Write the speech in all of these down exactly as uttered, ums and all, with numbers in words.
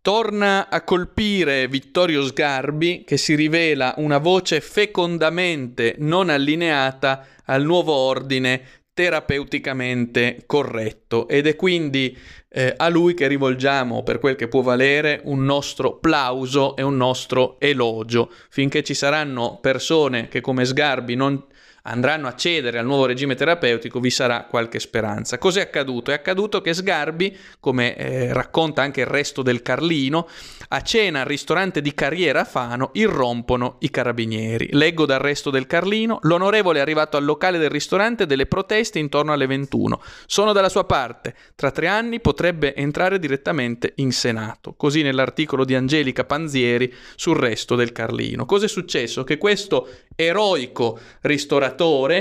Torna a colpire Vittorio Sgarbi, che si rivela una voce fecondamente non allineata al nuovo ordine terapeuticamente corretto, ed è quindi eh, a lui che rivolgiamo, per quel che può valere, un nostro plauso e un nostro elogio. Finché ci saranno persone che come Sgarbi non andranno a cedere al nuovo regime terapeutico, vi sarà qualche speranza. Cos'è accaduto? È accaduto che Sgarbi, come eh, racconta anche il Resto del Carlino, a cena al ristorante di Carriera a Fano irrompono i carabinieri. Leggo dal Resto del Carlino: l'onorevole è arrivato al locale del ristorante delle proteste intorno alle ventuno. Sono dalla sua parte. Tra tre anni potrebbe entrare direttamente in Senato. Così nell'articolo di Angelica Panzieri sul Resto del Carlino. Cos'è successo? Che questo eroico ristoratore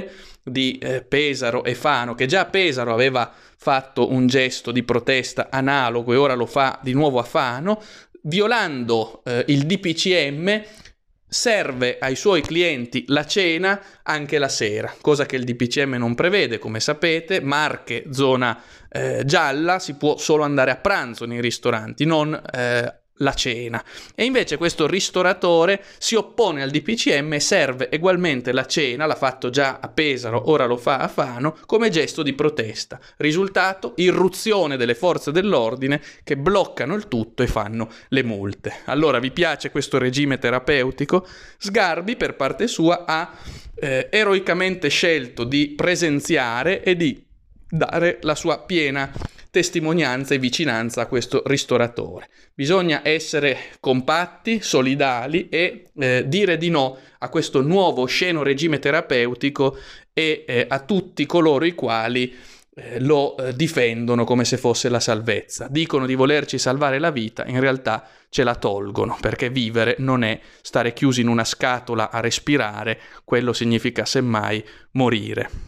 di eh, Pesaro e Fano, che già a Pesaro aveva fatto un gesto di protesta analogo e ora lo fa di nuovo a Fano, violando eh, il D P C M, serve ai suoi clienti la cena anche la sera, cosa che il D P C M non prevede. Come sapete, Marche, zona eh, gialla, si può solo andare a pranzo nei ristoranti, non eh, la cena. E invece questo ristoratore si oppone al D P C M e serve ugualmente la cena, l'ha fatto già a Pesaro, ora lo fa a Fano, come gesto di protesta. Risultato: irruzione delle forze dell'ordine che bloccano il tutto e fanno le multe. Allora, vi piace questo regime terapeutico? Sgarbi, per parte sua, ha eh, eroicamente scelto di presenziare e di dare la sua piena testimonianza e vicinanza a questo ristoratore. Bisogna essere compatti, solidali e eh, dire di no a questo nuovo osceno regime terapeutico e eh, a tutti coloro i quali eh, lo eh, difendono come se fosse la salvezza. Dicono di volerci salvare la vita, in realtà ce la tolgono, perché vivere non è stare chiusi in una scatola a respirare, quello significa semmai morire.